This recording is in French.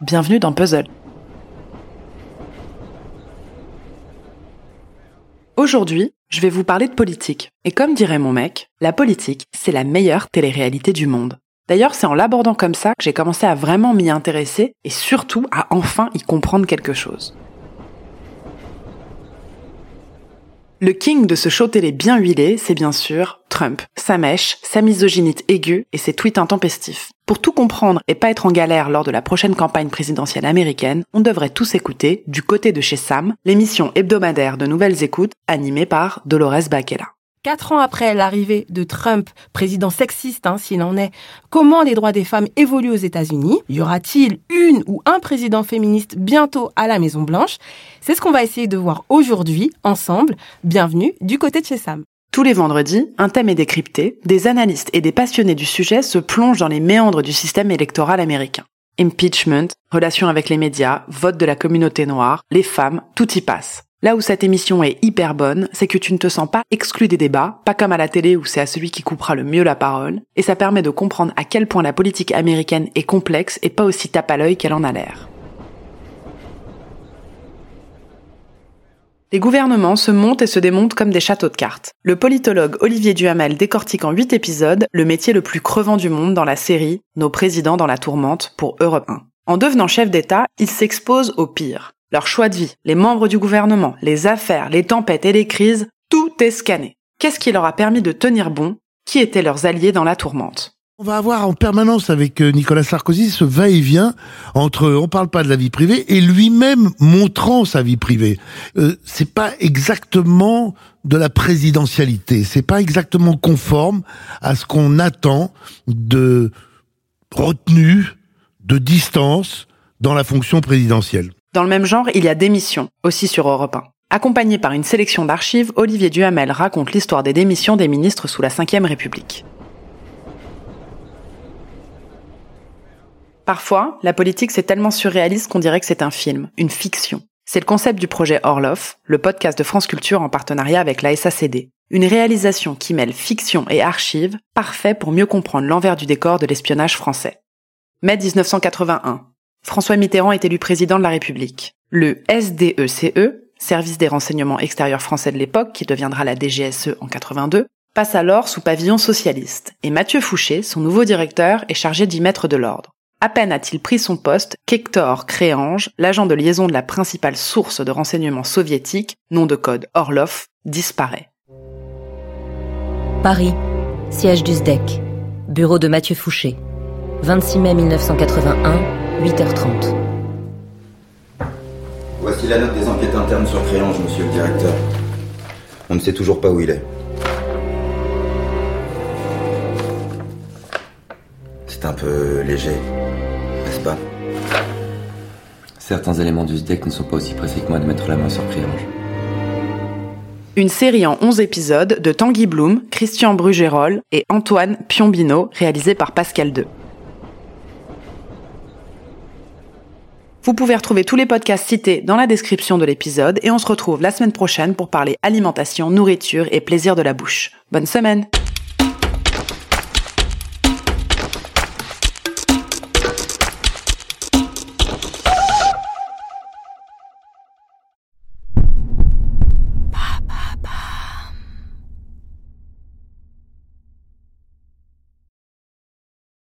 bienvenue dans Puzzle. Aujourd'hui, je vais vous parler de politique. Et comme dirait mon mec, la politique, c'est la meilleure télé-réalité du monde. D'ailleurs, c'est en l'abordant comme ça que j'ai commencé à vraiment m'y intéresser et surtout à enfin y comprendre quelque chose. Le king de ce show télé bien huilé, c'est bien sûr Trump, sa mèche, sa misogynite aiguë et ses tweets intempestifs. Pour tout comprendre et pas être en galère lors de la prochaine campagne présidentielle américaine, on devrait tous écouter, du côté de chez Sam, l'émission hebdomadaire de Nouvelles Écoutes animée par Dolores Baquela. 4 ans après l'arrivée de Trump, président sexiste s'il en est, comment les droits des femmes évoluent aux États-Unis? Y aura-t-il une ou un président féministe bientôt à la Maison-Blanche? C'est ce qu'on va essayer de voir aujourd'hui, ensemble. Bienvenue du côté de chez Sam. Tous les vendredis, un thème est décrypté, des analystes et des passionnés du sujet se plongent dans les méandres du système électoral américain. Impeachment, relations avec les médias, vote de la communauté noire, les femmes, tout y passe. Là où cette émission est hyper bonne, c'est que tu ne te sens pas exclu des débats, pas comme à la télé où c'est à celui qui coupera le mieux la parole, et ça permet de comprendre à quel point la politique américaine est complexe et pas aussi tape à l'œil qu'elle en a l'air. Les gouvernements se montent et se démontent comme des châteaux de cartes. Le politologue Olivier Duhamel décortique en 8 épisodes le métier le plus crevant du monde dans la série « Nos présidents dans la tourmente » pour Europe 1. En devenant chef d'État, il s'expose au pire. Leur choix de vie, les membres du gouvernement, les affaires, les tempêtes et les crises, tout est scanné. Qu'est-ce qui leur a permis de tenir bon? Qui étaient leurs alliés dans la tourmente? On va avoir en permanence avec Nicolas Sarkozy ce va-et-vient entre on parle pas de la vie privée et lui-même montrant sa vie privée. C'est pas exactement de la présidentialité, c'est pas exactement conforme à ce qu'on attend de retenue, de distance dans la fonction présidentielle. Dans le même genre, il y a Démission, aussi sur Europe 1. Accompagné par une sélection d'archives, Olivier Duhamel raconte l'histoire des démissions des ministres sous la Ve République. Parfois, la politique c'est tellement surréaliste qu'on dirait que c'est un film, une fiction. C'est le concept du projet Orloff, le podcast de France Culture en partenariat avec la SACD. Une réalisation qui mêle fiction et archives, parfait pour mieux comprendre l'envers du décor de l'espionnage français. Mai 1981. François Mitterrand est élu président de la République. Le SDECE, Service des renseignements extérieurs français de l'époque, qui deviendra la DGSE en 82, passe alors sous pavillon socialiste, et Mathieu Fouché, son nouveau directeur, est chargé d'y mettre de l'ordre. À peine a-t-il pris son poste qu'Hector Créange, l'agent de liaison de la principale source de renseignements soviétique, nom de code Orloff, disparaît. Paris, siège du SDEC, bureau de Mathieu Fouché, 26 mai 1981, 8h30. Voici la note des enquêtes internes sur Créange, monsieur le directeur. On ne sait toujours pas où il est. C'est un peu léger, n'est-ce pas? Certains éléments du SDEC ne sont pas aussi précis que moi de mettre la main sur Créange. Une série en 11 épisodes de Tanguy Bloom, Christian Brugérol et Antoine Piombino, réalisée par Pascal II. Vous pouvez retrouver tous les podcasts cités dans la description de l'épisode et on se retrouve la semaine prochaine pour parler alimentation, nourriture et plaisir de la bouche. Bonne semaine!